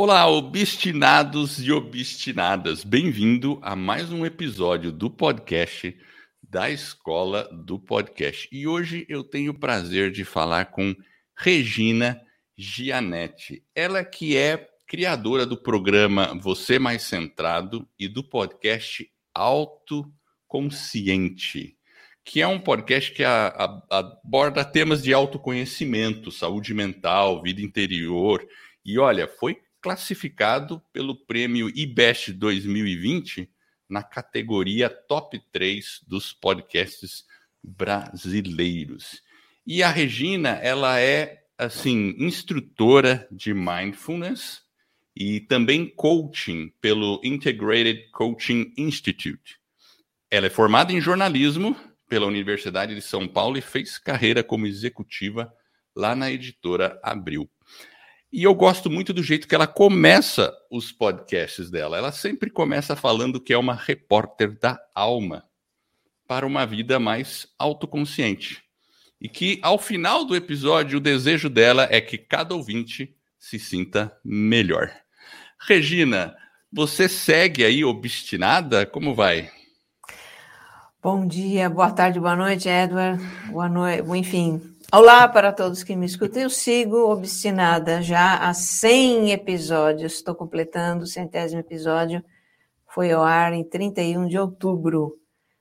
Olá, obstinados e obstinadas. Bem-vindo a mais um episódio do podcast da Escola do Podcast. E hoje eu tenho o prazer de falar com Regina Gianetti. Ela que é criadora do programa Você Mais Centrado e do podcast Autoconsciente, que é um podcast que aborda temas de autoconhecimento, saúde mental, vida interior. E olha, foi classificado pelo prêmio IBEST 2020 na categoria Top 3 dos podcasts brasileiros. E a Regina, ela é, assim, instrutora de mindfulness e também coaching pelo Integrated Coaching Institute. Ela é formada em jornalismo pela Universidade de São Paulo e fez carreira como executiva lá na editora Abril. E eu gosto muito do jeito que ela começa os podcasts dela. Ela sempre começa falando que é uma repórter da alma para uma vida mais autoconsciente. E que, ao final do episódio, o desejo dela é que cada ouvinte se sinta melhor. Regina, você segue aí obstinada? Como vai? Bom dia, boa tarde, boa noite, Edward. Boa noite, enfim. Olá para todos que me escutam. Eu sigo obstinada já há 100 episódios. Estou completando o 100º episódio. Foi ao ar em 31 de outubro.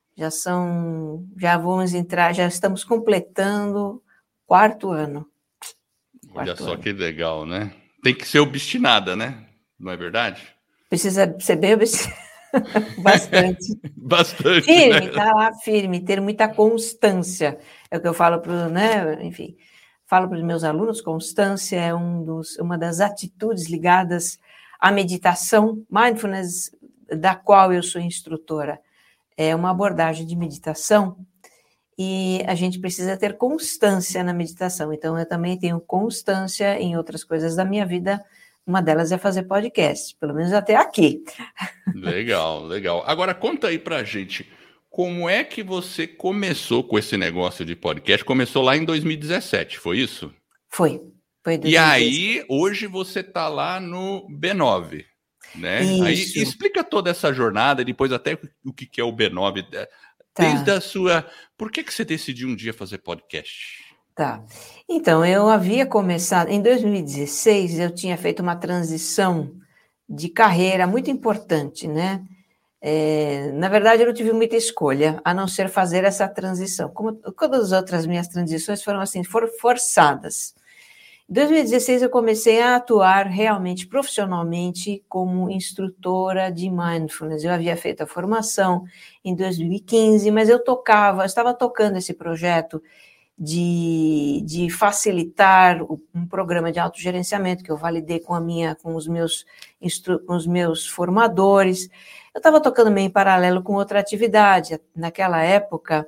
Já vamos entrar, já estamos completando o 4º ano. Olha só que legal, né? Tem que ser obstinada, né? Não é verdade? Precisa ser bem obstinada. Bastante. Bastante, firme, né? Tá lá firme, ter muita constância. É o que eu falo para, né? Enfim, falo para os meus alunos, constância é uma das atitudes ligadas à meditação, mindfulness, da qual eu sou instrutora. É uma abordagem de meditação e a gente precisa ter constância na meditação. Então, eu também tenho constância em outras coisas da minha vida. Uma delas é fazer podcast, pelo menos até aqui. Legal, legal. Agora, conta aí pra gente, como é que você começou com esse negócio de podcast? Começou lá em 2017, foi isso? Foi 2017. E aí, hoje você tá lá no B9, né? Isso. Aí, explica toda essa jornada, depois até o que é o B9, desde Tá. a sua... Por que você decidiu um dia fazer podcast? Tá. Então, eu havia começado... Em 2016, eu tinha feito uma transição de carreira muito importante, né? Na verdade, eu não tive muita escolha, a não ser fazer essa transição. Como todas as outras minhas transições foram assim, foram forçadas. Em 2016, eu comecei a atuar realmente, profissionalmente, como instrutora de mindfulness. Eu havia feito a formação em 2015, mas eu estava tocando esse projeto de facilitar um programa de autogerenciamento que eu validei com os meus formadores. Eu estava tocando meio em paralelo com outra atividade. Naquela época,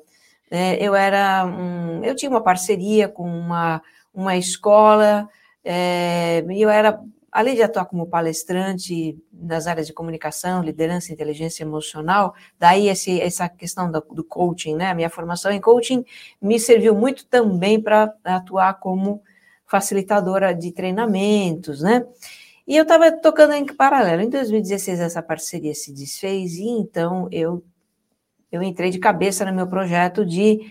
eu tinha uma parceria com uma escola, e eu era, além de atuar como palestrante nas áreas de comunicação, liderança e inteligência emocional, daí essa questão do coaching, né? A minha formação em coaching me serviu muito também para atuar como facilitadora de treinamentos, né? E eu estava tocando em paralelo. Em 2016, essa parceria se desfez e então eu entrei de cabeça no meu projeto de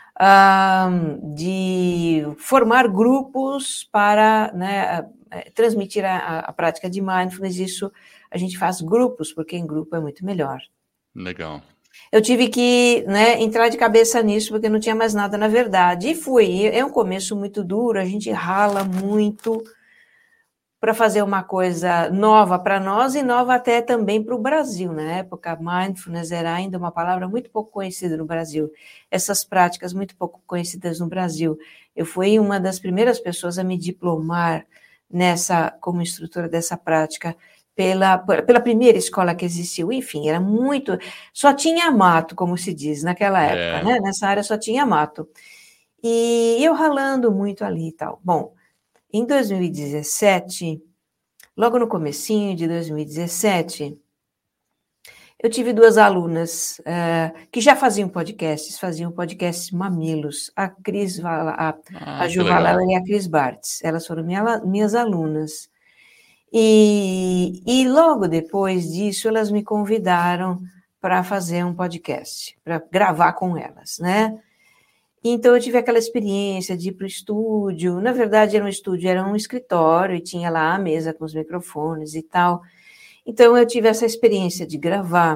formar grupos para, né, transmitir a prática de mindfulness. Isso a gente faz grupos, porque em grupo é muito melhor. Legal. Eu tive que, né, entrar de cabeça nisso, porque não tinha mais nada na verdade. E é um começo muito duro, a gente rala muito para fazer uma coisa nova para nós e nova até também para o Brasil. Na época, mindfulness era ainda uma palavra muito pouco conhecida no Brasil. Essas práticas muito pouco conhecidas no Brasil. Eu fui uma das primeiras pessoas a me diplomar como instrutora dessa prática pela primeira escola que existiu. Enfim, era muito... Só tinha mato, como se diz naquela época, né? Nessa área só tinha mato. E eu ralando muito ali e tal. Bom, em 2017, logo no comecinho de 2017, eu tive 2 alunas que já faziam podcasts Mamilos, a Ju Valala e a Cris Bartz. Elas foram minhas alunas. E logo depois disso, elas me convidaram para fazer um podcast, para gravar com elas, né? Então, eu tive aquela experiência de ir para o estúdio. Na verdade, era um estúdio, era um escritório, e tinha lá a mesa com os microfones e tal. Então, eu tive essa experiência de gravar,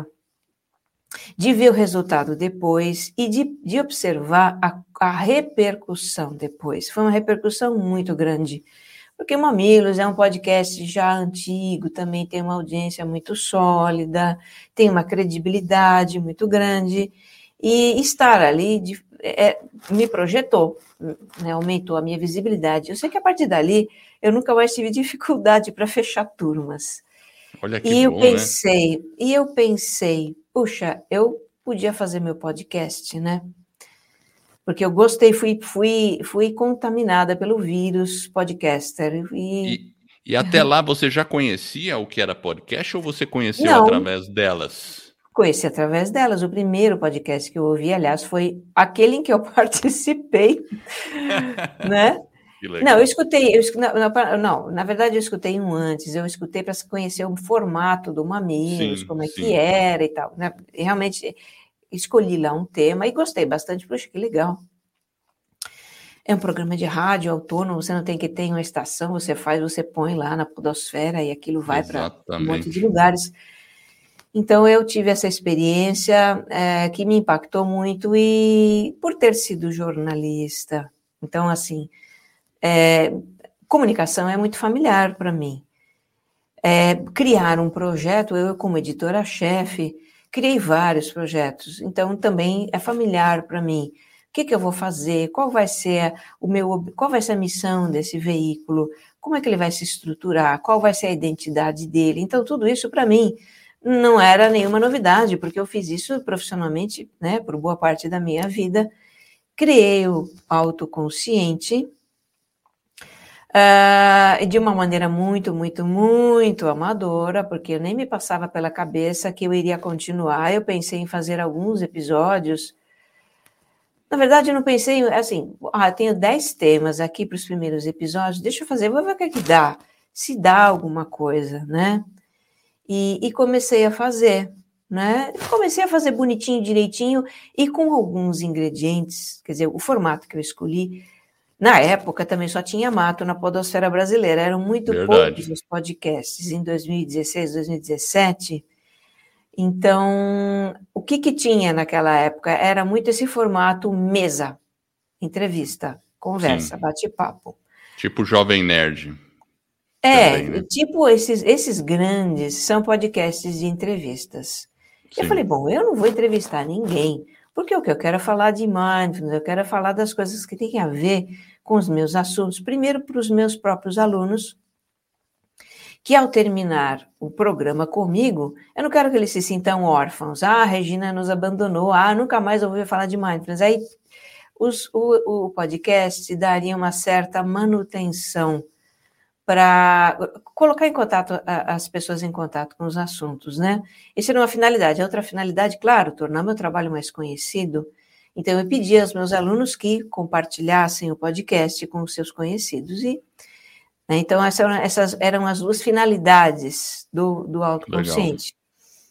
de ver o resultado depois e de observar a repercussão depois. Foi uma repercussão muito grande, porque o Mamilos é um podcast já antigo, também tem uma audiência muito sólida, tem uma credibilidade muito grande, e estar ali me projetou, né, aumentou a minha visibilidade. Eu sei que a partir dali eu nunca mais tive dificuldade para fechar turmas. Olha que bom, né? E eu pensei, puxa, eu podia fazer meu podcast, né? Porque eu gostei, fui contaminada pelo vírus podcaster. E até lá você já conhecia o que era podcast ou você conheceu Não, através delas? conheci através delas. O primeiro podcast que eu ouvi, aliás, foi aquele em que eu participei, né? Que Não, legal. não, na verdade eu escutei um antes, eu escutei para conhecer o formato do Mamilos, Sim, como é que sim. era e tal, né? E realmente escolhi lá um tema e gostei bastante, puxa, que legal. É um programa de rádio autônomo, você não tem que ter uma estação, você põe lá na podosfera e aquilo vai para um monte de Exatamente. lugares. Então, eu tive essa experiência que me impactou muito e por ter sido jornalista. Então, assim, comunicação é muito familiar para mim. Criar um projeto, eu como editora-chefe, criei vários projetos, então também é familiar para mim. O que eu vou fazer? Qual vai ser a missão desse veículo? Como é que ele vai se estruturar? Qual vai ser a identidade dele? Então, tudo isso para mim não era nenhuma novidade, porque eu fiz isso profissionalmente, né, por boa parte da minha vida. Criei o autoconsciente, de uma maneira muito, muito, muito amadora, porque eu nem me passava pela cabeça que eu iria continuar. Eu pensei em fazer alguns episódios. Na verdade, eu não pensei, assim, tenho 10 temas aqui para os primeiros episódios, deixa eu fazer, vou ver o que é que dá, se dá alguma coisa, né? E comecei a fazer, né? Comecei a fazer bonitinho, direitinho, e com alguns ingredientes, quer dizer, o formato que eu escolhi. Na época também só tinha mato na podosfera brasileira, eram muito poucos Verdade. os podcasts em 2016, 2017. Então, o que tinha naquela época era muito esse formato mesa, entrevista, conversa, Sim. bate-papo. Tipo Jovem Nerd também, né? Tipo esses grandes são podcasts de entrevistas. Eu falei, Sim. bom, eu não vou entrevistar ninguém, porque o que eu quero é falar de mindfulness, eu quero falar das coisas que têm a ver com os meus assuntos, primeiro para os meus próprios alunos, que ao terminar o programa comigo, eu não quero que eles se sintam órfãos. A Regina nos abandonou, nunca mais ouviu falar de mindfulness. Aí o podcast daria uma certa manutenção para colocar em contato as pessoas em contato com os assuntos, né? Isso era uma finalidade. A outra finalidade, claro, tornar meu trabalho mais conhecido. Então, eu pedi aos meus alunos que compartilhassem o podcast com os seus conhecidos. Né, então, essas eram as duas finalidades do autoconsciente. Legal.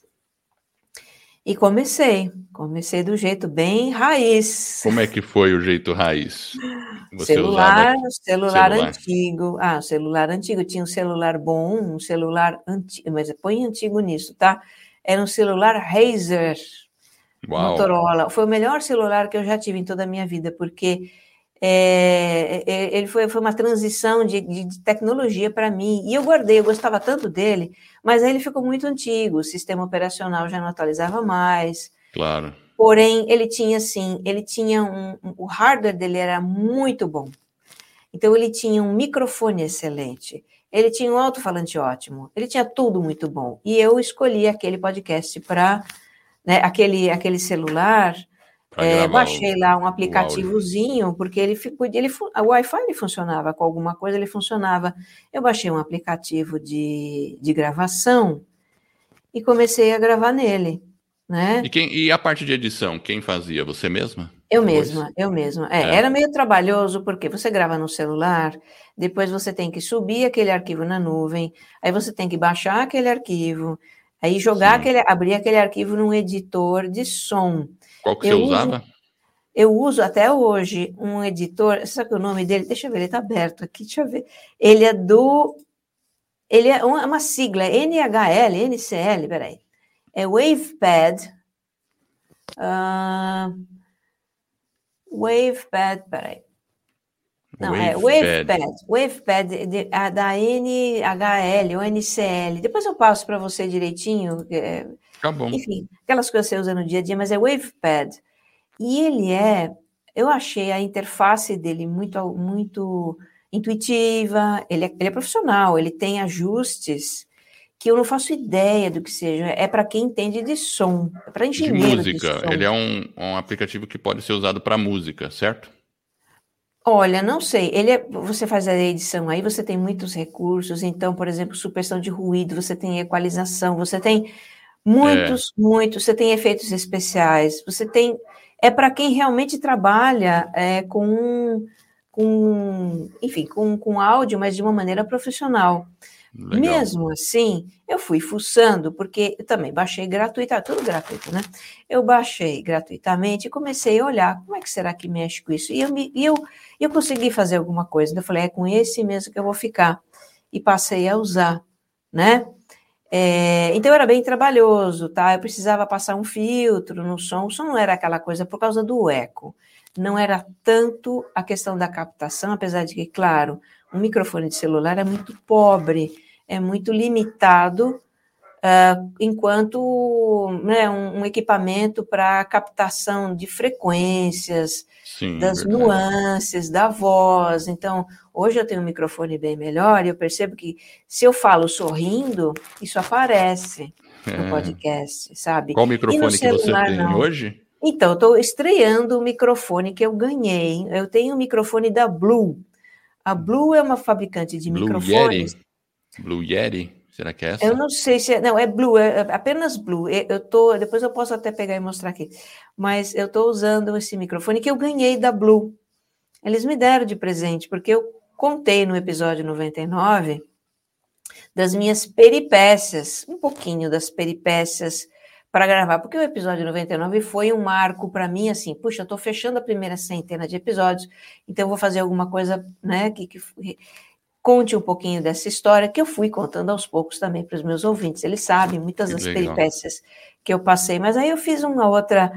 E comecei do jeito bem raiz. Como é que foi o jeito raiz? Você usava Celular celular? antigo. Celular antigo. Tinha um celular bom, um celular antigo, mas põe antigo nisso, tá? Era um celular Razer, Uau. Motorola. Foi o melhor celular que eu já tive em toda a minha vida, porque ele foi uma transição de tecnologia para mim, e eu gostava tanto dele, mas aí ele ficou muito antigo, o sistema operacional já não atualizava mais. Claro. Porém, ele tinha o hardware dele era muito bom. Então, ele tinha um microfone excelente, ele tinha um alto-falante ótimo, ele tinha tudo muito bom. E eu escolhi aquele podcast para, né, aquele celular, baixei lá um aplicativozinho, porque o Wi-Fi ele funcionava, com alguma coisa ele funcionava. Eu baixei um aplicativo de gravação e comecei a gravar nele. Né? E a parte de edição, quem fazia? Você mesma? Eu mesma. Era meio trabalhoso, porque você grava no celular, depois você tem que subir aquele arquivo na nuvem, aí você tem que baixar aquele arquivo, aí abrir aquele arquivo num editor de som. Qual que você usava? Eu uso até hoje um editor, sabe o nome dele? Deixa eu ver, ele está aberto aqui, deixa eu ver. Ele é uma sigla, NHL, NCL, peraí. É WavePad. WavePad, peraí. Não, WavePad da NHL ou NCL. Depois eu passo para você direitinho. Tá bom. Enfim, aquelas coisas que você usa no dia a dia, mas é WavePad. E eu achei a interface dele muito intuitiva, ele é profissional, ele tem ajustes que eu não faço ideia do que seja, é para quem entende de som, é para engenheiro de som. Ele é um aplicativo que pode ser usado para música, certo? Olha, não sei, você faz a edição aí, você tem muitos recursos, então, por exemplo, supressão de ruído, você tem equalização, você tem muitos, você tem efeitos especiais, é para quem realmente trabalha com áudio, mas de uma maneira profissional. Legal. Mesmo assim, eu fui fuçando, porque eu também baixei gratuitamente, tudo gratuito, né? Eu baixei gratuitamente e comecei a olhar, como é que será que mexe com isso? E eu consegui fazer alguma coisa, então eu falei, é com esse mesmo que eu vou ficar. E passei a usar, né? Então era bem trabalhoso, tá? Eu precisava passar um filtro no som, o som não era aquela coisa por causa do eco, não era tanto a questão da captação, apesar de que, claro, um microfone de celular é muito pobre, é muito limitado, enquanto né, um equipamento para captação de frequências, sim, das nuances da voz. Então, hoje eu tenho um microfone bem melhor e eu percebo que se eu falo sorrindo, isso aparece no podcast, sabe? Qual microfone que você tem hoje? Então, eu estou estreando o microfone que eu ganhei. Eu tenho um microfone da Blue. A Blue é uma fabricante de microfones. Blue Yeti? Será que é essa? Eu não sei se não, é Blue, é apenas Blue. Depois eu posso até pegar e mostrar aqui. Mas eu estou usando esse microfone que eu ganhei da Blue. Eles me deram de presente, porque eu contei no episódio 99 das minhas peripécias, um pouquinho das peripécias para gravar, porque o episódio 99 foi um marco para mim, assim, puxa, eu estou fechando a primeira centena de episódios, então eu vou fazer alguma coisa, né, que conte um pouquinho dessa história, que eu fui contando aos poucos também para os meus ouvintes, eles sabem muitas das peripécias que eu passei, mas aí eu fiz uma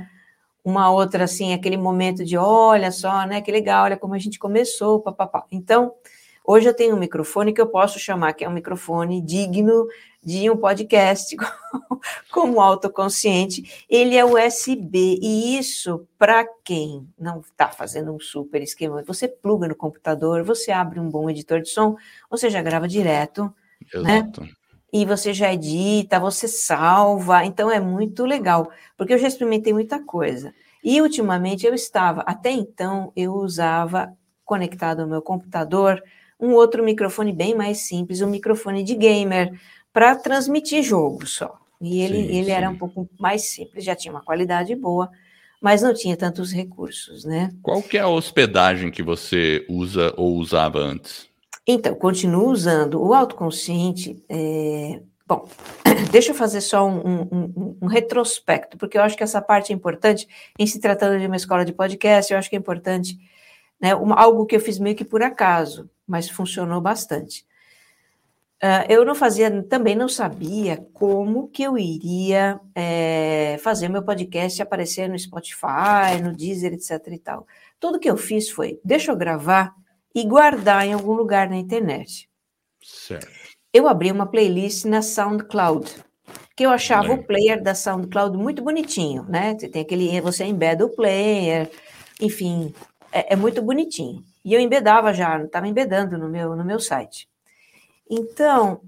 outra, assim, aquele momento de, olha só, né, que legal, olha como a gente começou, papapá. Então, hoje eu tenho um microfone que eu posso chamar, que é um microfone digno de um podcast como autoconsciente, ele é USB, e isso, para quem não está fazendo um super esquema, você pluga no computador, você abre um bom editor de som, você já grava direto, exato, né? E você já edita, você salva, então é muito legal, porque eu já experimentei muita coisa. E ultimamente até então, eu usava, conectado ao meu computador, um outro microfone bem mais simples, um microfone de gamer, para transmitir jogo só. E ele era um pouco mais simples, já tinha uma qualidade boa, mas não tinha tantos recursos, né? Qual que é a hospedagem que você usa ou usava antes? Então, continuo usando o autoconsciente. Bom, deixa eu fazer só um retrospecto, porque eu acho que essa parte é importante, em se tratando de uma escola de podcast, eu acho que é importante, né, algo que eu fiz meio que por acaso, mas funcionou bastante. Eu também não sabia como que eu iria fazer meu podcast aparecer no Spotify, no Deezer, etc. e tal. Tudo que eu fiz foi, deixa eu gravar e guardar em algum lugar na internet. Certo. Eu abri uma playlist na SoundCloud, que eu achava o player da SoundCloud muito bonitinho, né? Você embeda o player, enfim, é muito bonitinho. E eu embedava já, estava embedando no meu site. Então,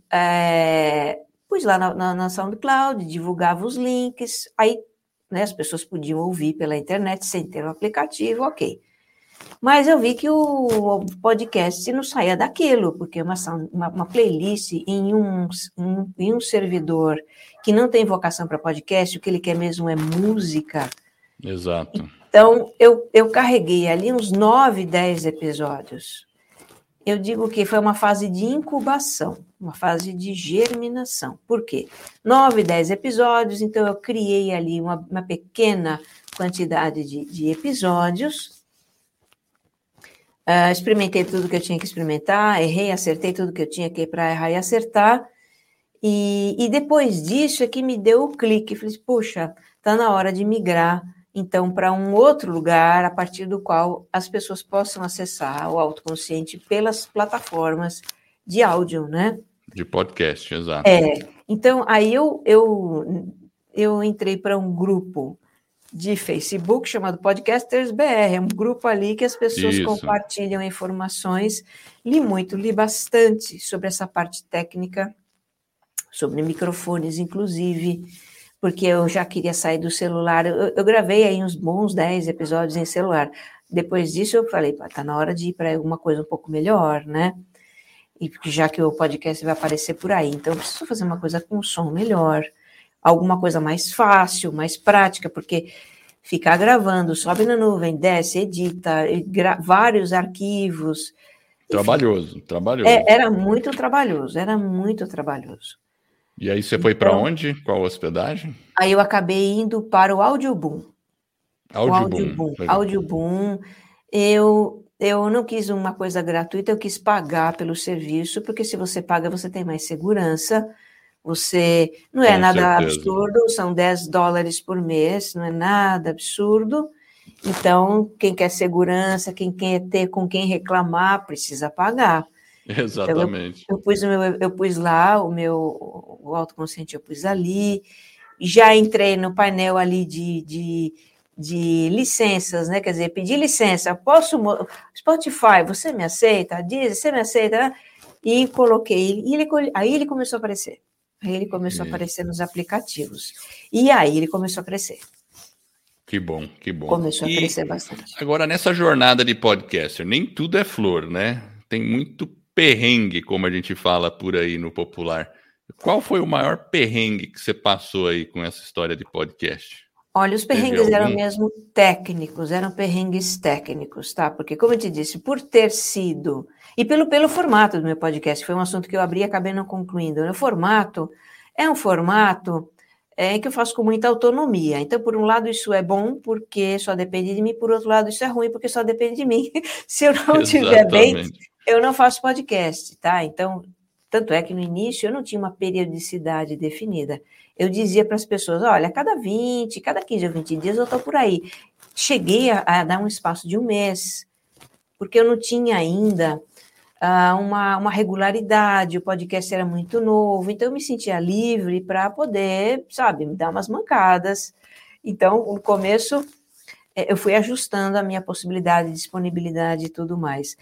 pus lá na SoundCloud, divulgava os links, aí, né, as pessoas podiam ouvir pela internet sem ter um aplicativo, ok. Mas eu vi que o podcast não saía daquilo, porque uma playlist em um servidor que não tem vocação para podcast, o que ele quer mesmo é música. Exato. Então, eu carreguei ali uns 9, 10 episódios. Eu digo que foi uma fase de incubação, uma fase de germinação. Por quê? 9, 10 episódios, então eu criei ali uma pequena quantidade de episódios, experimentei tudo que eu tinha que experimentar, errei, acertei tudo que eu tinha que ir para errar e acertar, e depois disso é que me deu o clique, falei, puxa, está na hora de migrar, então, para um outro lugar, a partir do qual as pessoas possam acessar o autoconsciente pelas plataformas de áudio, né? De podcast, exato. Então, aí eu entrei para um grupo de Facebook chamado Podcasters BR, é um grupo ali que as pessoas compartilham informações, li bastante sobre essa parte técnica, sobre microfones, inclusive, porque eu já queria sair do celular. Eu gravei aí uns bons 10 episódios em celular. Depois disso, eu falei, tá na hora de ir para alguma coisa um pouco melhor, né? E porque já que o podcast vai aparecer por aí, então eu preciso fazer uma coisa com som melhor, alguma coisa mais fácil, mais prática, porque ficar gravando, sobe na nuvem, desce, edita, vários arquivos. Trabalhoso. Era muito trabalhoso. E aí você foi para onde? Qual hospedagem? Aí eu acabei indo para o Audioboom. Audioboom. Eu não quis uma coisa gratuita, eu quis pagar pelo serviço, porque se você paga, você tem mais segurança. Você não é nada absurdo, são $10 por mês, não é nada absurdo. Então, quem quer segurança, quem quer ter com quem reclamar, precisa pagar. Exatamente. Então, eu pus lá o autoconsciente, eu pus ali, já entrei no painel ali de licenças, né? Quer dizer, pedi licença, Spotify, você me aceita? Deezer, você me aceita? E coloquei, aí ele começou a aparecer. Aí ele começou a aparecer nos aplicativos. E aí ele começou a crescer. Que bom. Começou a crescer bastante. Agora, nessa jornada de podcaster, nem tudo é flor, né? Tem muito perrengue, como a gente fala por aí no popular. Qual foi o maior perrengue que você passou aí com essa história de podcast? Olha, os perrengues eram mesmo técnicos, eram perrengues técnicos, tá? Porque, como eu te disse, por ter sido... E pelo formato do meu podcast, foi um assunto que eu abri e acabei não concluindo. O formato é um formato que eu faço com muita autonomia. Então, por um lado, isso é bom, porque só depende de mim. Por outro lado, isso é ruim, porque só depende de mim. Se eu não estiver bem, eu não faço podcast, tá? Então, tanto é que no início eu não tinha uma periodicidade definida. Eu dizia para as pessoas, olha, cada 15 ou 20 dias eu estou por aí. Cheguei a dar um espaço de um mês, porque eu não tinha ainda uma regularidade, o podcast era muito novo, então eu me sentia livre para poder, sabe, me dar umas mancadas. Então, no começo, eu fui ajustando a minha possibilidade, disponibilidade e tudo mais.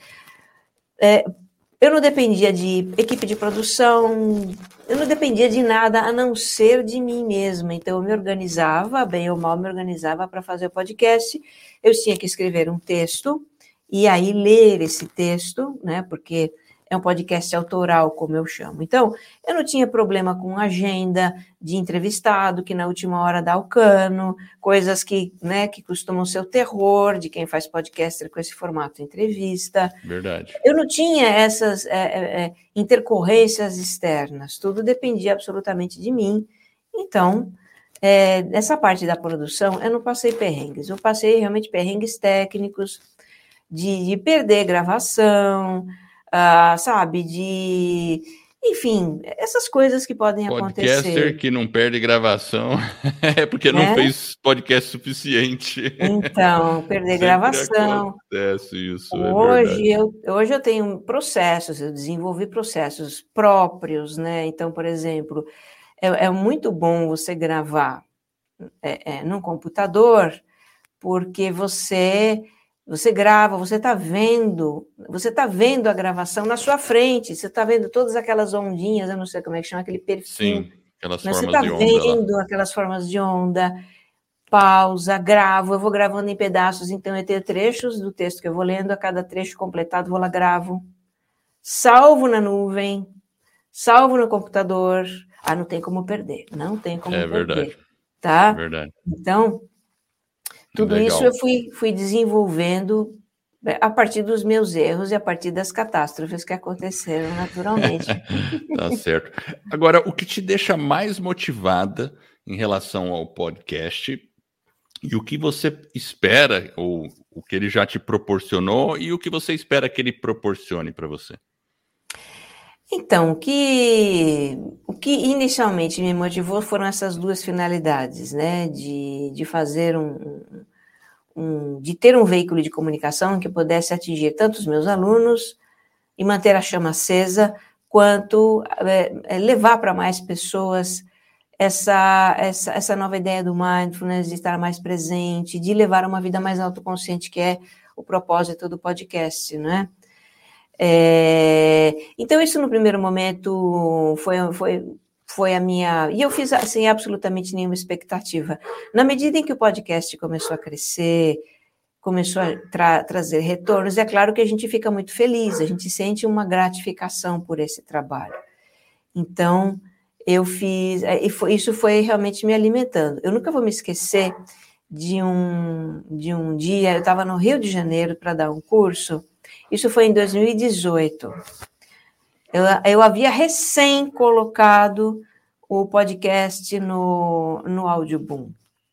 Eu não dependia de equipe de produção, eu não dependia de nada a não ser de mim mesma. Então, eu me organizava, bem ou mal me organizava para fazer o podcast. Eu tinha que escrever um texto e aí ler esse texto, né? Porque é um podcast autoral, como eu chamo. Então, eu não tinha problema com agenda de entrevistado, que na última hora dá o cano, coisas que costumam ser o terror de quem faz podcaster com esse formato entrevista. Verdade. Eu não tinha essas intercorrências externas, tudo dependia absolutamente de mim. Então, nessa parte da produção, eu não passei perrengues, eu passei realmente perrengues técnicos, de perder gravação, sabe, enfim, essas coisas que podem acontecer. Podcaster que não perde gravação é porque não fez podcast suficiente. Então, perder gravação. Acontece isso, Hoje eu tenho processos, eu desenvolvi processos próprios, né? Então, por exemplo, é muito bom você gravar num computador, porque você grava, você está vendo a gravação na sua frente, você está vendo todas aquelas ondinhas, eu não sei como é que chama, aquele perfil. Sim, aquelas formas de onda. Você está vendo aquelas formas de onda, pausa, gravo, eu vou gravando em pedaços, então eu tenho trechos do texto que eu vou lendo, a cada trecho completado vou lá, gravo, salvo na nuvem, salvo no computador, não tem como perder, não tem como perder. Verdade. Tá? Verdade. Então... Tudo isso eu fui desenvolvendo a partir dos meus erros e a partir das catástrofes que aconteceram naturalmente. Tá certo. Agora, o que te deixa mais motivada em relação ao podcast e o que você espera, ou o que ele já te proporcionou e o que você espera que ele proporcione para você? Então, o que inicialmente me motivou foram essas duas finalidades, né? De fazer de ter um veículo de comunicação que pudesse atingir tanto os meus alunos e manter a chama acesa, quanto levar para mais pessoas essa nova ideia do mindfulness, de estar mais presente, de levar uma vida mais autoconsciente, que é o propósito do podcast, né? Então, isso no primeiro momento foi a minha... E eu fiz, sem absolutamente nenhuma expectativa. Na medida em que o podcast começou a crescer, começou a trazer retornos, é claro que a gente fica muito feliz, a gente sente uma gratificação por esse trabalho. Então, eu fiz... Isso foi realmente me alimentando. Eu nunca vou me esquecer de um dia, eu estava no Rio de Janeiro para dar um curso. Isso foi em 2018. Eu havia recém colocado o podcast no Audioboom.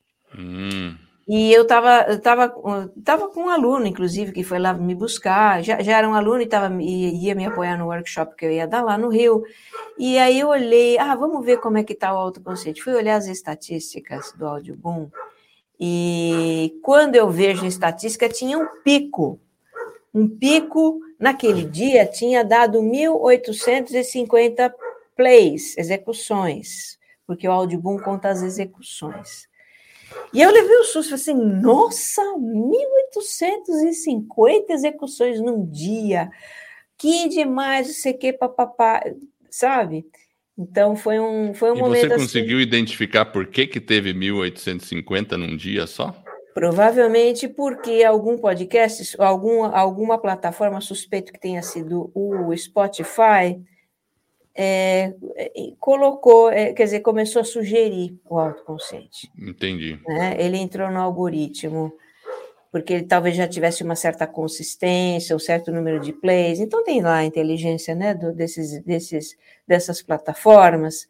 E eu estava com um aluno, inclusive, que foi lá me buscar. Já era um aluno e ia me apoiar no workshop que eu ia dar lá no Rio. E aí eu olhei, vamos ver como é que está o autoconsciente. Fui olhar as estatísticas do Audioboom. E quando eu vejo a estatística, tinha um pico. Naquele dia, tinha dado 1.850 plays, execuções, porque o Audioboom conta as execuções. E eu levei o susto, falei assim, nossa, 1.850 execuções num dia, que demais, não sei o que, papapá, sabe? Então, foi um momento assim... E você conseguiu identificar por que teve 1.850 num dia só? Provavelmente porque algum podcast, alguma plataforma, suspeito que tenha sido o Spotify, colocou, quer dizer, começou a sugerir o autoconsciente. Entendi. Né? Ele entrou no algoritmo, porque ele talvez já tivesse uma certa consistência, um certo número de plays. Então, tem lá a inteligência, né, dessas plataformas,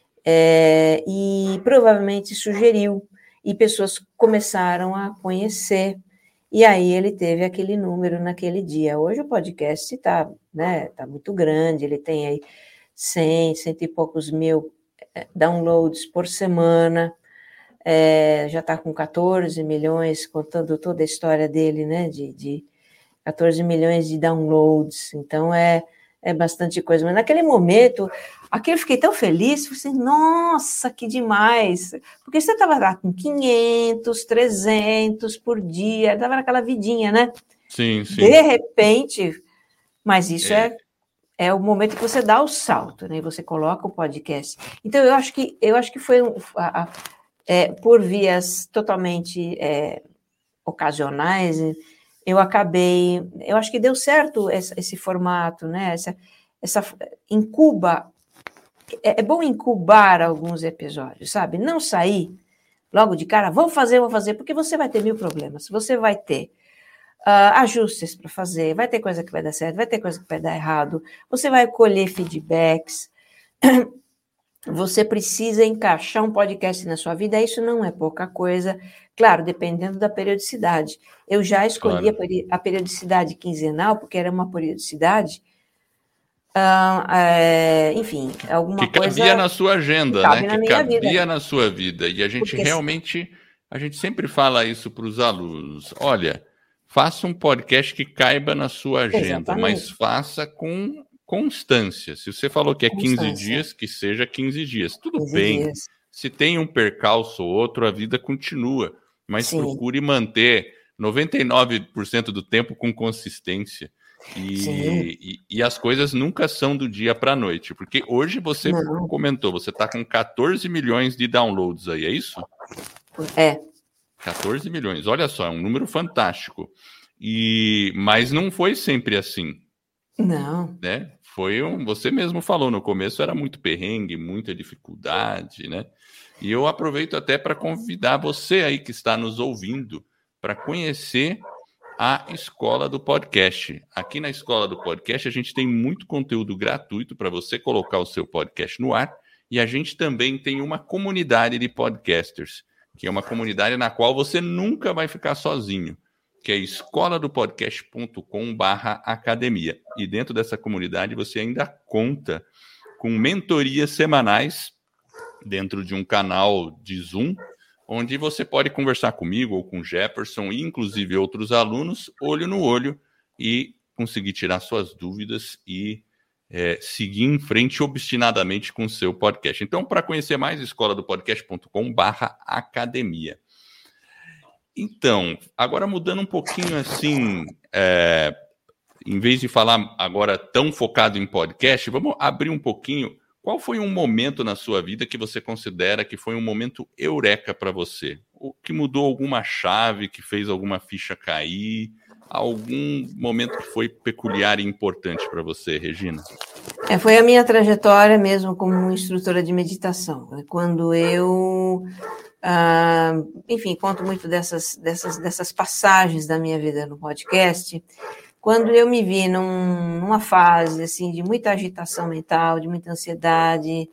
e provavelmente sugeriu. E pessoas começaram a conhecer, e aí ele teve aquele número naquele dia. Hoje o podcast está, né, tá muito grande, ele tem aí 100 e poucos mil downloads por semana, já está com 14 milhões, contando toda a história dele, né, de 14 milhões de downloads, então é bastante coisa. Mas naquele momento, eu fiquei tão feliz, falei assim, nossa, que demais, porque você estava lá com 500, 300 por dia, estava naquela vidinha, né? Sim, sim. De repente, mas isso é o momento que você dá o salto, né? Você coloca o podcast. Então, eu acho que foi por vias totalmente ocasionais, eu acho que deu certo esse formato, né? Essa incuba, é bom incubar alguns episódios, sabe? Não sair logo de cara, vou fazer, porque você vai ter 1000 problemas, você vai ter ajustes para fazer, vai ter coisa que vai dar certo, vai ter coisa que vai dar errado, você vai colher feedbacks, você precisa encaixar um podcast na sua vida, isso não é pouca coisa, claro, dependendo da periodicidade. Eu já escolhi a periodicidade quinzenal, porque era uma periodicidade, enfim, alguma coisa... Que cabia na sua agenda, né? Que cabia na sua vida. E a gente a gente sempre fala isso para os alunos. Olha, faça um podcast que caiba na sua agenda, mas faça com constância. Se você falou que é 15 dias, que seja 15 dias. Tudo bem. Se tem um percalço ou outro, a vida continua. Mas procure manter 99% do tempo com consistência. E as coisas nunca são do dia para a noite. Porque hoje você comentou, você está com 14 milhões de downloads aí, é isso? 14 milhões. Olha só, é um número fantástico. Mas não foi sempre assim. Não. Né? Você mesmo falou, no começo era muito perrengue, muita dificuldade, né? E eu aproveito até para convidar você aí que está nos ouvindo para conhecer a Escola do Podcast. Aqui na Escola do Podcast, a gente tem muito conteúdo gratuito para você colocar o seu podcast no ar, e a gente também tem uma comunidade de podcasters, que é uma comunidade na qual você nunca vai ficar sozinho, que é escoladopodcast.com/academia. E dentro dessa comunidade você ainda conta com mentorias semanais dentro de um canal de Zoom, onde você pode conversar comigo ou com o Jefferson e inclusive outros alunos, olho no olho, e conseguir tirar suas dúvidas e seguir em frente obstinadamente com o seu podcast. Então, para conhecer mais, escoladopodcast.com/academia. Então, agora mudando um pouquinho assim, em vez de falar agora tão focado em podcast, vamos abrir um pouquinho. Qual foi um momento na sua vida que você considera que foi um momento eureka para você? O que mudou alguma chave, que fez alguma ficha cair? Algum momento que foi peculiar e importante para você, Regina? Foi a minha trajetória mesmo como instrutora de meditação. Quando eu, enfim, conto muito dessas passagens da minha vida no podcast. Quando eu me vi numa fase assim, de muita agitação mental, de muita ansiedade,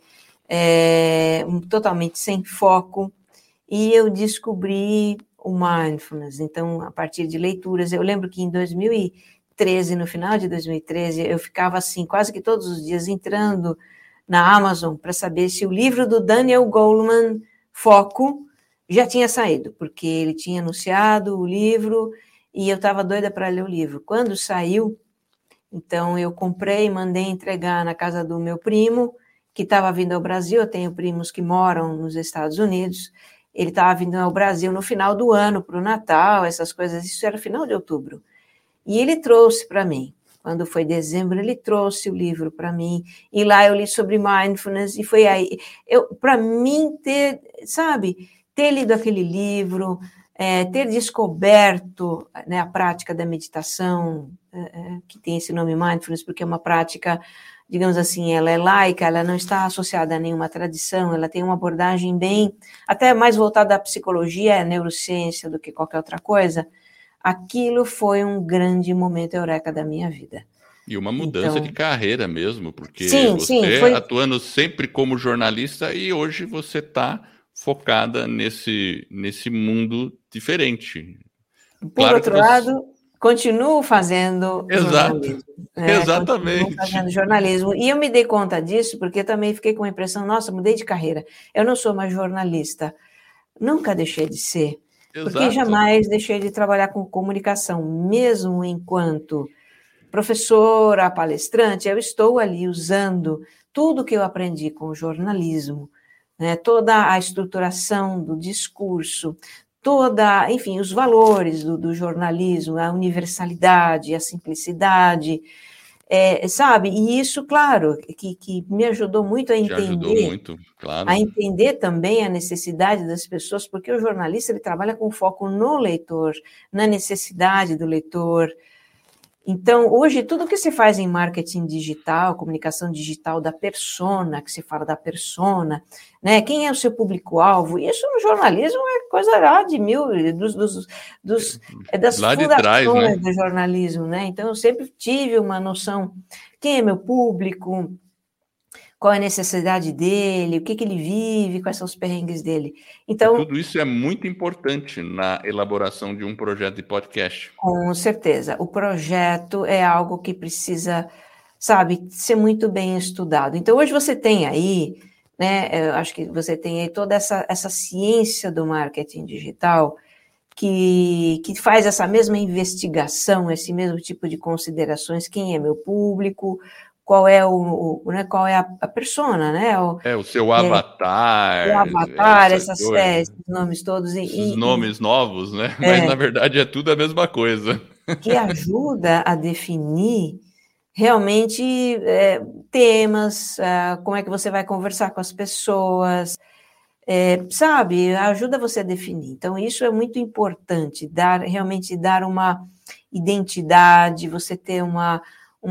totalmente sem foco, e eu descobri o mindfulness. Então, a partir de leituras, eu lembro que em 2013, no final de 2013, eu ficava assim, quase que todos os dias entrando na Amazon para saber se o livro do Daniel Goleman, Foco, já tinha saído, porque ele tinha anunciado o livro e eu estava doida para ler o livro. Quando saiu, então eu comprei e mandei entregar na casa do meu primo, que estava vindo ao Brasil. Eu tenho primos que moram nos Estados Unidos. Ele estava vindo ao Brasil no final do ano, para o Natal, essas coisas. Isso era final de outubro. E ele trouxe para mim. Quando foi dezembro, ele trouxe o livro para mim. E lá eu li sobre mindfulness. E foi aí, para mim, ter lido aquele livro, ter descoberto, né, a prática da meditação, que tem esse nome mindfulness, porque é uma prática, digamos assim, ela é laica, ela não está associada a nenhuma tradição, ela tem uma abordagem bem, até mais voltada à psicologia, à neurociência do que qualquer outra coisa. Aquilo foi um grande momento eureka da minha vida. E uma mudança de carreira mesmo, porque foi atuando sempre como jornalista e hoje você está focada nesse mundo diferente. Por outro lado, continuo fazendo jornalismo. Exatamente. Continuo fazendo jornalismo. E eu me dei conta disso porque também fiquei com a impressão, nossa, mudei de carreira. Eu não sou mais jornalista. Nunca deixei de ser. Exato. Porque jamais deixei de trabalhar com comunicação, mesmo enquanto professora, palestrante, eu estou ali usando tudo que eu aprendi com o jornalismo, né, toda a estruturação do discurso, enfim, os valores do jornalismo, a universalidade, a simplicidade, e isso, claro, que me ajudou muito a entender. Te ajudou muito, claro. A entender também a necessidade das pessoas, porque o jornalista ele trabalha com foco no leitor, na necessidade do leitor. Então, hoje, tudo que se faz em marketing digital, comunicação digital da persona, que se fala da persona, né? Quem é o seu público-alvo? Isso no jornalismo é coisa lá de das lá fundações de trás, né? do jornalismo, né? Então, eu sempre tive uma noção, quem é meu público, qual é a necessidade dele, o que ele vive, quais são os perrengues dele. Então, tudo isso é muito importante na elaboração de um projeto de podcast. Com certeza. O projeto é algo que precisa, ser muito bem estudado. Então, hoje você tem aí, né, eu acho que você tem aí toda essa ciência do marketing digital que faz essa mesma investigação, esse mesmo tipo de considerações, quem é meu público, qual é qual é a persona, né? O seu avatar. O avatar, esses nomes todos. Esses nomes novos, né? Mas, na verdade, é tudo a mesma coisa. Que ajuda a definir realmente temas, como é que você vai conversar com as pessoas, ajuda você a definir. Então, isso é muito importante, realmente dar uma identidade, você ter uma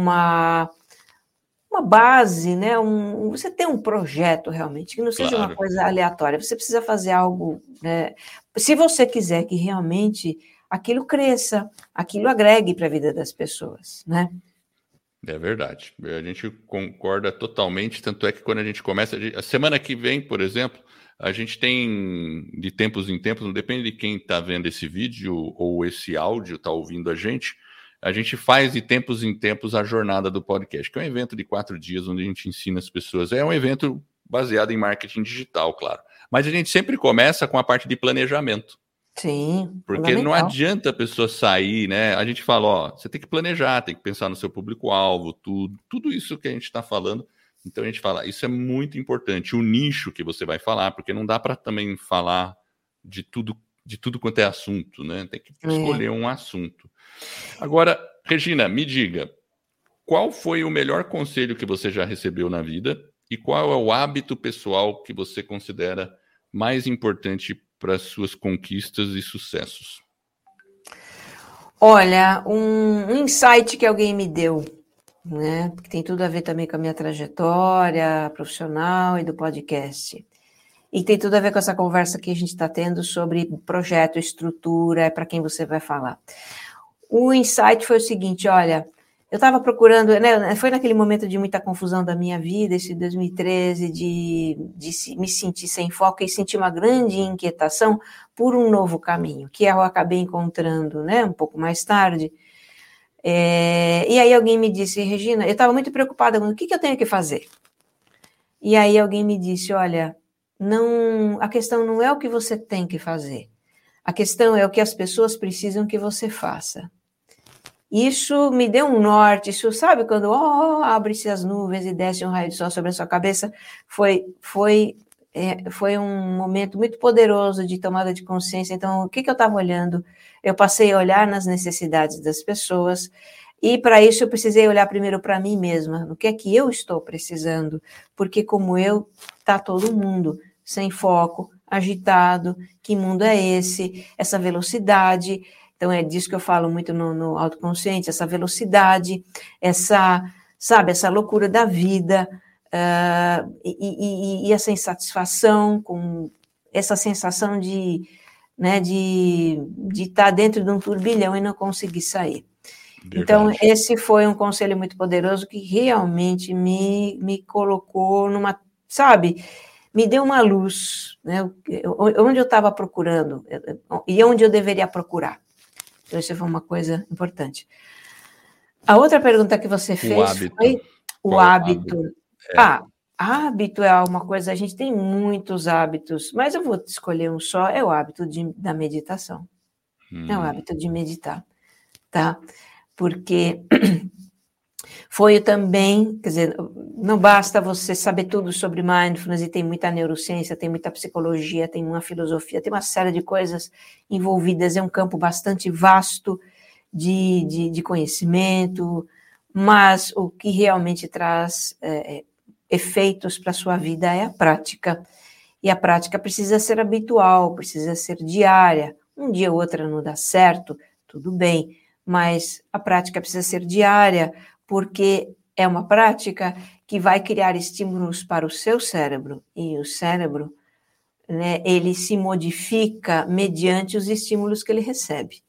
base, né? Você tem um projeto realmente, que não seja uma coisa aleatória, você precisa fazer algo, né? Se você quiser que realmente aquilo cresça, aquilo agregue para a vida das pessoas, né? É verdade. A gente concorda totalmente, tanto é que quando a gente começa, a semana que vem, por exemplo, a gente tem, de tempos em tempos, não depende de quem está vendo esse vídeo ou esse áudio, está ouvindo a gente faz de tempos em tempos a jornada do podcast, que é um evento de 4 dias, onde a gente ensina as pessoas. É um evento baseado em marketing digital, claro. Mas a gente sempre começa com a parte de planejamento. Sim, porque não adianta a pessoa sair, né? A gente fala, ó, você tem que planejar, tem que pensar no seu público-alvo, tudo isso que a gente está falando. Então a gente fala, isso é muito importante, o nicho que você vai falar, porque não dá para também falar de tudo quanto é assunto, né? Tem que escolher um assunto. Agora, Regina, me diga, qual foi o melhor conselho que você já recebeu na vida e qual é o hábito pessoal que você considera mais importante para as suas conquistas e sucessos? Olha, um insight que alguém me deu, né? Que tem tudo a ver também com a minha trajetória profissional e do podcast. E tem tudo a ver com essa conversa que a gente está tendo sobre projeto, estrutura, para quem você vai falar. O insight foi o seguinte, olha, eu estava procurando, né, foi naquele momento de muita confusão da minha vida, esse 2013, de me sentir sem foco e sentir uma grande inquietação por um novo caminho, que eu acabei encontrando, né, um pouco mais tarde. E aí alguém me disse, Regina, eu estava muito preocupada com o que eu tenho que fazer. E aí alguém me disse, olha, a questão não é o que você tem que fazer, a questão é o que as pessoas precisam que você faça. Isso me deu um norte, isso sabe quando abre-se as nuvens e desce um raio de sol sobre a sua cabeça, foi um momento muito poderoso de tomada de consciência. Então, o que eu estava olhando? Eu passei a olhar nas necessidades das pessoas e para isso eu precisei olhar primeiro para mim mesma, no que é que eu estou precisando, porque como eu, está todo mundo sem foco, agitado, que mundo é esse, essa velocidade. Então, é disso que eu falo muito no autoconsciente, essa velocidade, essa loucura da vida, e essa insatisfação, com essa sensação de estar dentro de um turbilhão e não conseguir sair. Verdade. Então, esse foi um conselho muito poderoso que realmente me colocou numa, me deu uma luz, né? Onde eu estava procurando e onde eu deveria procurar. Então, isso foi uma coisa importante. A outra pergunta que você fez foi o hábito. Hábito é uma coisa, a gente tem muitos hábitos, mas eu vou escolher um só, é o hábito da meditação. É o hábito de meditar, tá? Porque foi também, quer dizer, não basta você saber tudo sobre mindfulness, e tem muita neurociência, tem muita psicologia, tem uma filosofia, tem uma série de coisas envolvidas, é um campo bastante vasto de conhecimento, mas o que realmente traz efeitos para a sua vida é a prática, e a prática precisa ser habitual, precisa ser diária. Um dia ou outro não dá certo, tudo bem, mas a prática precisa ser diária, porque é uma prática que vai criar estímulos para o seu cérebro, e o cérebro, né, ele se modifica mediante os estímulos que ele recebe.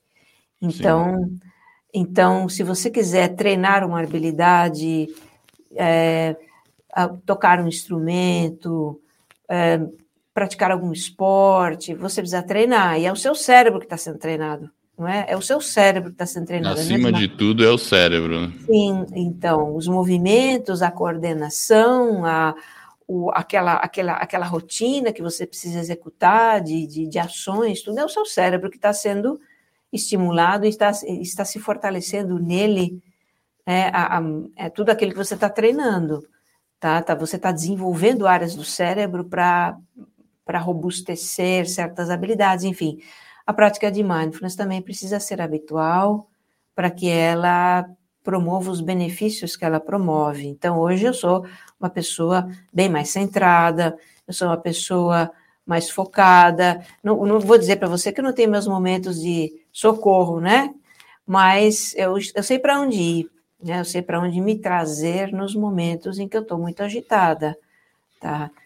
Então, se você quiser treinar uma habilidade, tocar um instrumento, praticar algum esporte, você precisa treinar, e é o seu cérebro que está sendo treinado. Não é? É o seu cérebro que está sendo treinado. Acima de tudo é o cérebro. Né? Sim, então, os movimentos, a coordenação, aquela rotina que você precisa executar de ações, tudo é o seu cérebro que está sendo estimulado e está se fortalecendo nele, é tudo aquilo que você está treinando. Você está desenvolvendo áreas do cérebro para robustecer certas habilidades, enfim. A prática de mindfulness também precisa ser habitual para que ela promova os benefícios que ela promove. Então, hoje eu sou uma pessoa bem mais centrada, eu sou uma pessoa mais focada. Não vou dizer para você que eu não tenho meus momentos de socorro, né? Mas eu sei para onde ir, né? Eu sei para onde me trazer nos momentos em que eu estou muito agitada, tá?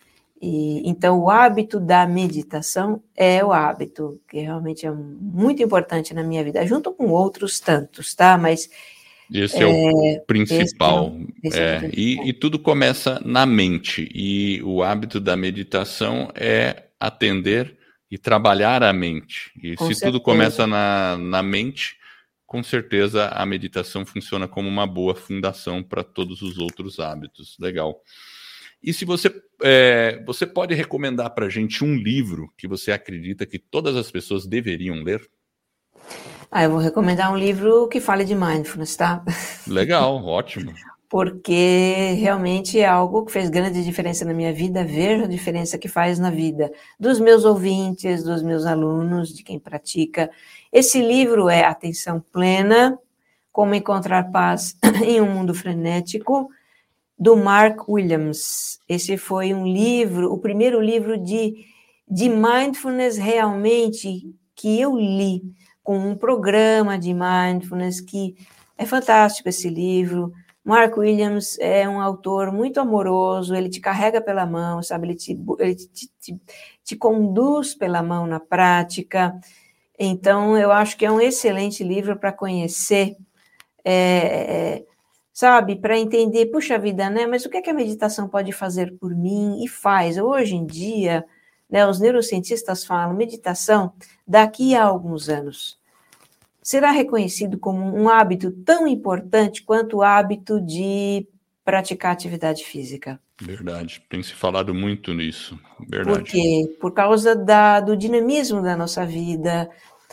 Então, o hábito da meditação é o hábito que realmente é muito importante na minha vida, junto com outros tantos, tá? Mas esse é o principal. esse é o principal. E tudo começa na mente. E o hábito da meditação é atender e trabalhar a mente. E Com se certeza. tudo começa na mente, com certeza a meditação funciona como uma boa fundação para todos os outros hábitos. Legal. E se você pode recomendar para a gente um livro que você acredita que todas as pessoas deveriam ler? Eu vou recomendar um livro que fale de mindfulness, tá? Legal, ótimo. Porque realmente é algo que fez grande diferença na minha vida, vejo a diferença que faz na vida dos meus ouvintes, dos meus alunos, de quem pratica. Esse livro é Atenção Plena, Como Encontrar Paz em um Mundo Frenético, do Mark Williams. Esse foi um livro, o primeiro livro de mindfulness realmente que eu li, com um programa de mindfulness, que é fantástico esse livro. Mark Williams é um autor muito amoroso, ele te carrega pela mão, sabe? Ele te conduz pela mão na prática. Então, eu acho que é um excelente livro para conhecer, sabe? Para entender, puxa vida, né? Mas o que é que a meditação pode fazer por mim? E faz. Hoje em dia, né, os neurocientistas falam, meditação, daqui a alguns anos, será reconhecido como um hábito tão importante quanto o hábito de praticar atividade física. Verdade, tem se falado muito nisso. Verdade. Por quê? Por causa do dinamismo da nossa vida,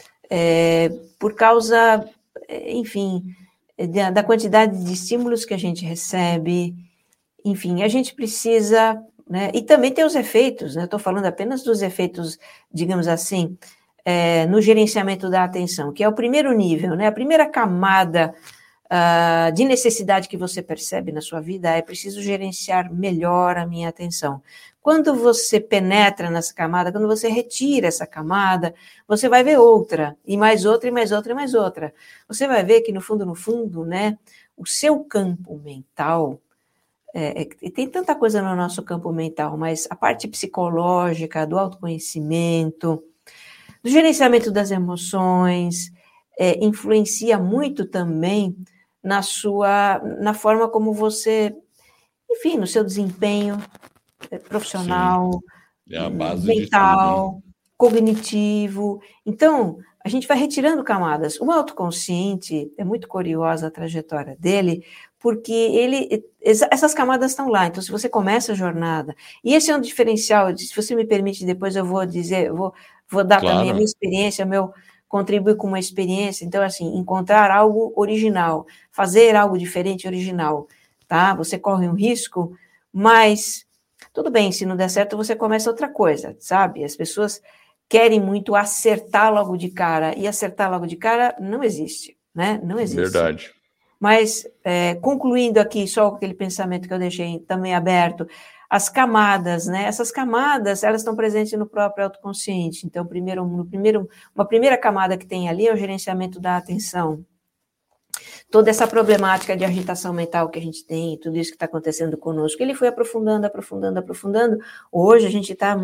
por causa, enfim, da quantidade de estímulos que a gente recebe, enfim, a gente precisa, né, e também tem os efeitos, né, eu estou falando apenas dos efeitos, digamos assim, no gerenciamento da atenção, que é o primeiro nível, né? A primeira camada de necessidade que você percebe na sua vida é preciso gerenciar melhor a minha atenção. Quando você penetra nessa camada, quando você retira essa camada, você vai ver outra, e mais outra, e mais outra, e mais outra. Você vai ver que, no fundo, né, o seu campo mental, tem tanta coisa no nosso campo mental, mas a parte psicológica, do autoconhecimento, do gerenciamento das emoções, influencia muito também na forma como você, enfim, no seu desempenho profissional, é a base mental, de tudo. Cognitivo. Então, a gente vai retirando camadas. O autoconsciente, é muito curiosa a trajetória dele, porque essas camadas estão lá. Então, se você começa a jornada, e esse é um diferencial, se você me permite, depois eu vou dizer, vou dar também a minha experiência, contribuir com uma experiência. Então, assim, encontrar algo original, fazer algo diferente original, tá? Você corre um risco, mas tudo bem, se não der certo, você começa outra coisa, sabe? As pessoas querem muito acertar logo de cara, e acertar logo de cara não existe, né? Não existe. Verdade. Mas, concluindo aqui, só aquele pensamento que eu deixei também aberto, as camadas, né? Essas camadas, elas estão presentes no próprio autoconsciente. Então, uma primeira camada que tem ali é o gerenciamento da atenção. Toda essa problemática de agitação mental que a gente tem, tudo isso que está acontecendo conosco, ele foi aprofundando. Hoje a gente está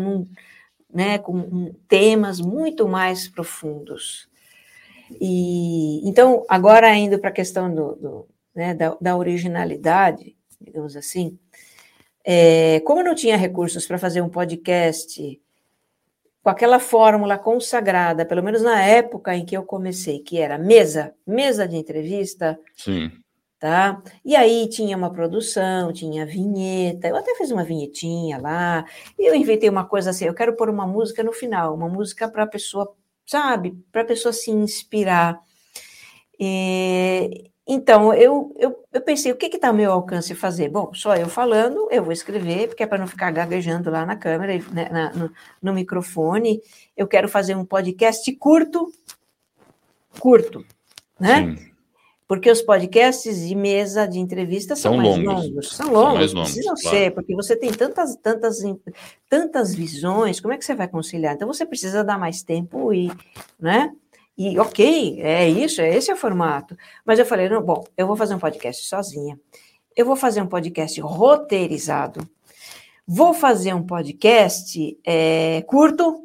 com temas muito mais profundos. E então, agora indo para a questão da originalidade, digamos assim, como eu não tinha recursos para fazer um podcast com aquela fórmula consagrada, pelo menos na época em que eu comecei, que era mesa de entrevista. Sim. Tá? E aí tinha uma produção, tinha vinheta, eu até fiz uma vinhetinha lá, e eu inventei uma coisa assim, eu quero pôr uma música no final, uma música para a pessoa, sabe, para a pessoa se inspirar. Então, eu pensei, o que está ao meu alcance fazer? Bom, só eu falando, eu vou escrever, porque é para não ficar gaguejando lá na câmera, né, no microfone. Eu quero fazer um podcast curto, né? Sim. Porque os podcasts de mesa de entrevista são mais longos. São longos, precisam ser, porque você tem tantas visões, como é que você vai conciliar? Então, você precisa dar mais tempo né? E ok, esse é o formato. Mas eu falei, não, bom, eu vou fazer um podcast sozinha. Eu vou fazer um podcast roteirizado. vou fazer um podcast curto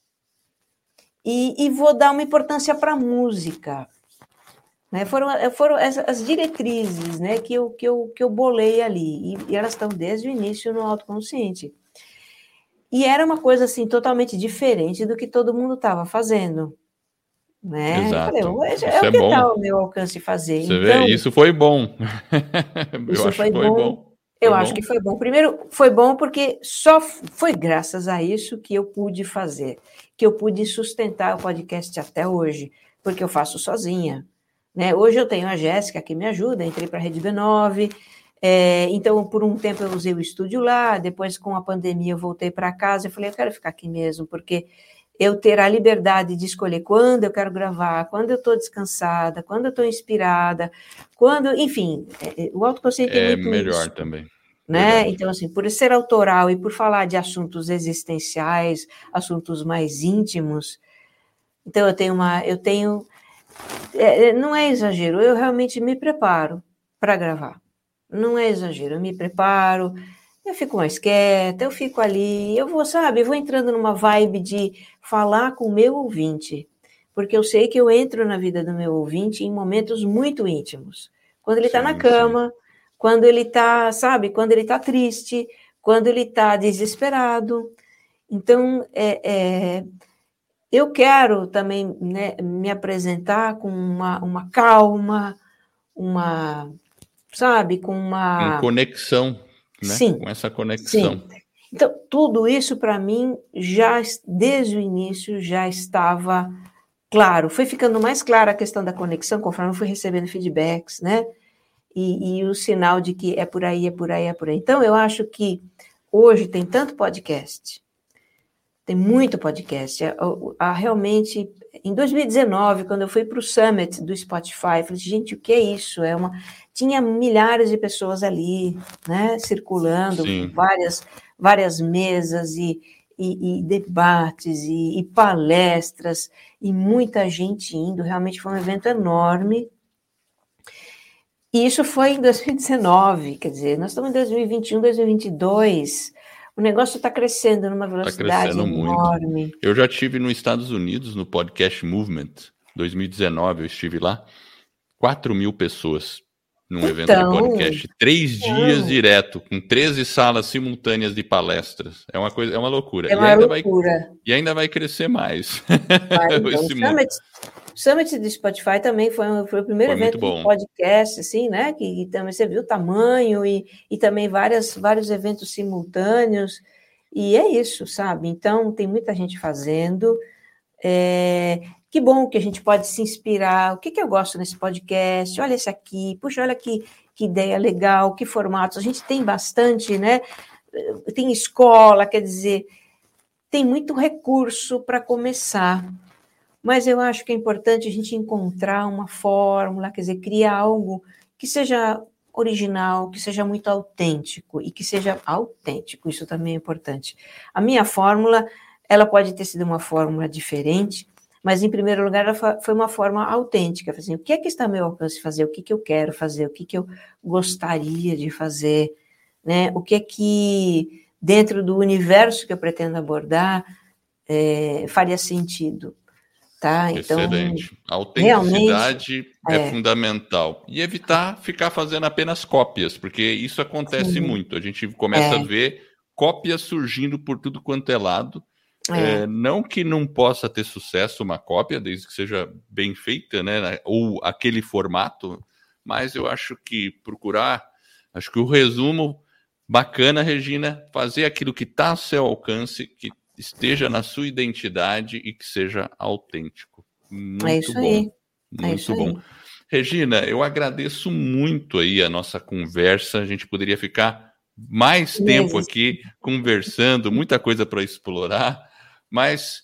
e vou dar uma importância para a música. Né? Foram as diretrizes, né, que eu bolei ali, e elas estão desde o início no autoconsciente. E era uma coisa assim totalmente diferente do que todo mundo estava fazendo. Né? Exato. Eu falei, Isso é o é que bom. está ao meu alcance fazer. Você então, vê, isso foi bom. Isso Eu acho foi que foi bom. bom. Eu acho que foi bom. Primeiro, foi bom porque só foi graças a isso que eu pude fazer, que eu pude sustentar o podcast até hoje, porque eu faço sozinha. Né? Hoje eu tenho a Jéssica que me ajuda, entrei para a Rede B9, então por um tempo eu usei o estúdio lá, depois com a pandemia eu voltei para casa, eu falei, eu quero ficar aqui mesmo, porque eu ter a liberdade de escolher quando eu quero gravar, quando eu estou descansada, quando eu estou inspirada, enfim, o autoconsciente tem muito melhor isso, também. né? Verdade. Então, assim, por ser autoral e por falar de assuntos existenciais, assuntos mais íntimos, então não é exagero, eu realmente me preparo para gravar. Não é exagero, eu me preparo, eu fico mais quieta, eu fico ali, eu vou entrando numa vibe de falar com o meu ouvinte, porque eu sei que eu entro na vida do meu ouvinte em momentos muito íntimos. Quando ele está na cama, quando ele está, quando ele está triste, quando ele está desesperado. Então, eu quero também, né, me apresentar com uma calma, com uma... Com conexão, né? Sim, Com essa conexão. sim. Então, tudo isso, para mim, já desde o início, já estava claro. Foi ficando mais clara a questão da conexão, conforme eu fui recebendo feedbacks, né? E o sinal de que é por aí, é por aí, é por aí. Então, eu acho que hoje tem tanto podcast, tem muito podcast. Realmente, em 2019, quando eu fui para o Summit do Spotify, eu falei, gente, o que é isso? Tinha milhares de pessoas ali, né, circulando, várias mesas e debates e palestras, e muita gente indo, realmente foi um evento enorme. E isso foi em 2019, quer dizer, nós estamos em 2021, 2022, o negócio está crescendo numa velocidade enorme. Muito. Eu já estive nos Estados Unidos, no Podcast Movement, 2019, eu estive lá, 4.000 pessoas num evento de podcast, 3 dias direto, com 13 salas simultâneas de palestras. É uma loucura. É uma loucura. E ainda vai crescer mais. Então, o Summit do Spotify também foi o primeiro evento de podcast, assim, né? Que também você viu o tamanho e também vários eventos simultâneos. E é isso, sabe? Então, tem muita gente fazendo. Que bom que a gente pode se inspirar. O que eu gosto nesse podcast? Olha esse aqui. Puxa, olha que ideia legal, que formatos. A gente tem bastante, né? Tem escola, quer dizer, tem muito recurso para começar. Mas eu acho que é importante a gente encontrar uma fórmula, quer dizer, criar algo que seja original, que seja muito autêntico e que seja autêntico, isso também é importante. A minha fórmula, ela pode ter sido uma fórmula diferente, mas em primeiro lugar ela foi uma forma autêntica, assim, o que é que está ao meu alcance fazer, o que eu quero fazer, o que eu gostaria de fazer, né? O que é que dentro do universo que eu pretendo abordar faria sentido. Tá? Então, excelente. A autenticidade é fundamental. E evitar ficar fazendo apenas cópias, porque isso acontece muito. A gente começa a ver cópias surgindo por tudo quanto é lado. Não que não possa ter sucesso uma cópia, desde que seja bem feita, né? Ou aquele formato, mas eu acho que acho que o resumo bacana, Regina, fazer aquilo que está ao seu alcance, que esteja na sua identidade e que seja autêntico. Muito bom. Muito bom. Regina, eu agradeço muito aí a nossa conversa. A gente poderia ficar mais tempo aqui conversando, muita coisa para explorar, mas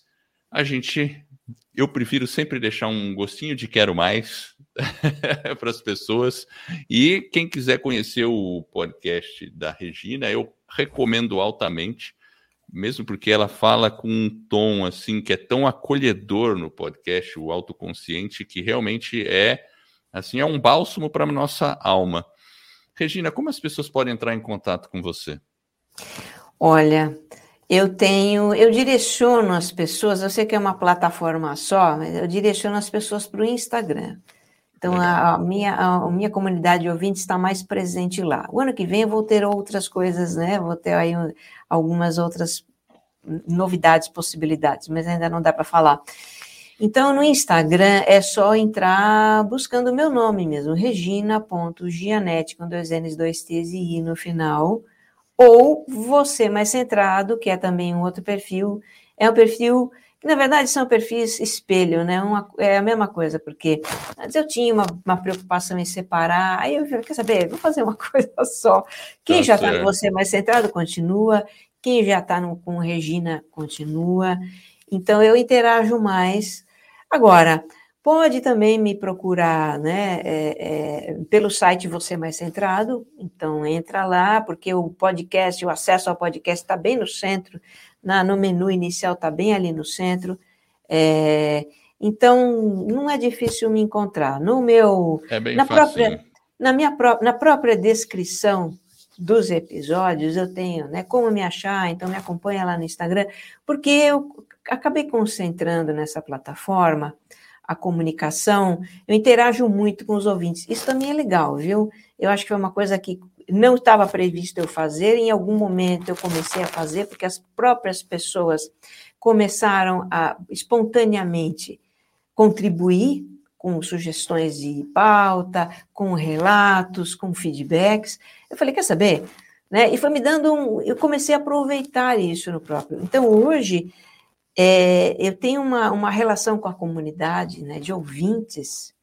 eu prefiro sempre deixar um gostinho de quero mais para as pessoas. E quem quiser conhecer o podcast da Regina, eu recomendo altamente, mesmo porque ela fala com um tom assim que é tão acolhedor no podcast, o Autoconsciente, que realmente é um bálsamo para a nossa alma. Regina, como as pessoas podem entrar em contato com você? Olha, eu direciono as pessoas, eu sei que é uma plataforma só, mas eu direciono as pessoas para o Instagram. Então, a minha comunidade de ouvintes está mais presente lá. O ano que vem eu vou ter outras coisas, né? Vou ter aí algumas outras novidades, possibilidades, mas ainda não dá para falar. Então, no Instagram é só entrar buscando o meu nome mesmo, regina.gianetti, com 2 N's, 2 T's e I no final, ou Você Mais Centrado, que é também um outro perfil, é um perfil... Na verdade, são perfis espelho, né? É a mesma coisa, porque antes eu tinha uma preocupação em separar, aí eu falei, quer saber, vou fazer uma coisa só. Quem já está no Você Mais Centrado, continua. Quem já está com Regina, continua. Então, eu interajo mais. Agora, pode também me procurar, né, pelo site Você Mais Centrado, então entra lá, porque o podcast, o acesso ao podcast está bem no centro, no menu inicial está bem ali no centro, então não é difícil me encontrar. É bem fácil. Na própria descrição dos episódios, eu tenho, né, como me achar, então me acompanha lá no Instagram, porque eu acabei concentrando nessa plataforma a comunicação, eu interajo muito com os ouvintes. Isso também é legal, viu? Eu acho que foi uma coisa que não estava previsto eu fazer, em algum momento eu comecei a fazer, porque as próprias pessoas começaram a espontaneamente contribuir com sugestões de pauta, com relatos, com feedbacks. Eu falei, quer saber? Né? E foi me dando eu comecei a aproveitar isso no próprio. Então, hoje, eu tenho uma relação com a comunidade, né, de ouvintes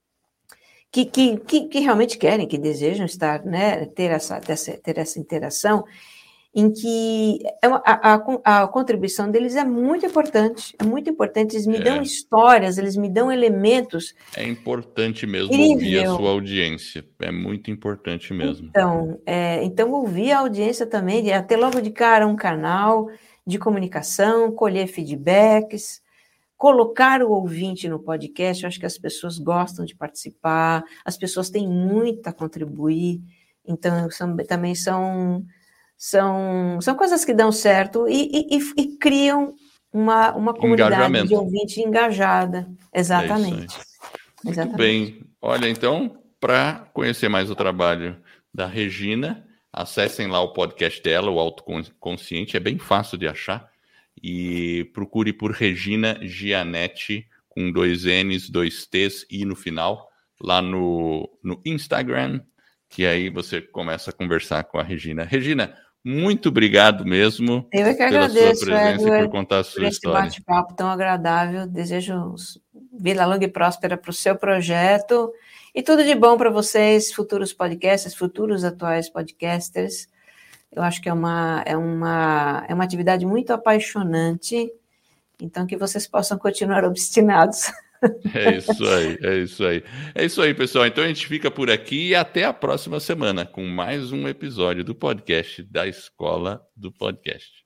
que realmente querem, que desejam estar, né, ter essa interação, em que a contribuição deles é muito importante, eles me dão histórias, eles me dão elementos. É importante mesmo ouvir a sua audiência, é muito importante mesmo. Então ouvir a audiência também, ter logo de cara um canal de comunicação, colher feedbacks, colocar o ouvinte no podcast. Eu acho que as pessoas gostam de participar, as pessoas têm muito a contribuir, então também são coisas que dão certo e criam uma comunidade de ouvinte engajada. Exatamente. Muito bem. Olha, então, para conhecer mais o trabalho da Regina, acessem lá o podcast dela, o Autoconsciente, é bem fácil de achar. E procure por Regina Gianetti, com 2 N's, 2 T's e no final, lá no Instagram, que aí você começa a conversar com a Regina. Regina, muito obrigado mesmo pela sua presença, Edward, e por contar a sua história. Esse bate-papo tão agradável. Desejo vida longa e próspera para o seu projeto e tudo de bom para vocês, futuros podcasters, futuros atuais podcasters. Eu acho que é uma atividade muito apaixonante, então que vocês possam continuar obstinados. É isso aí, pessoal. Então a gente fica por aqui e até a próxima semana com mais um episódio do podcast da Escola do Podcast.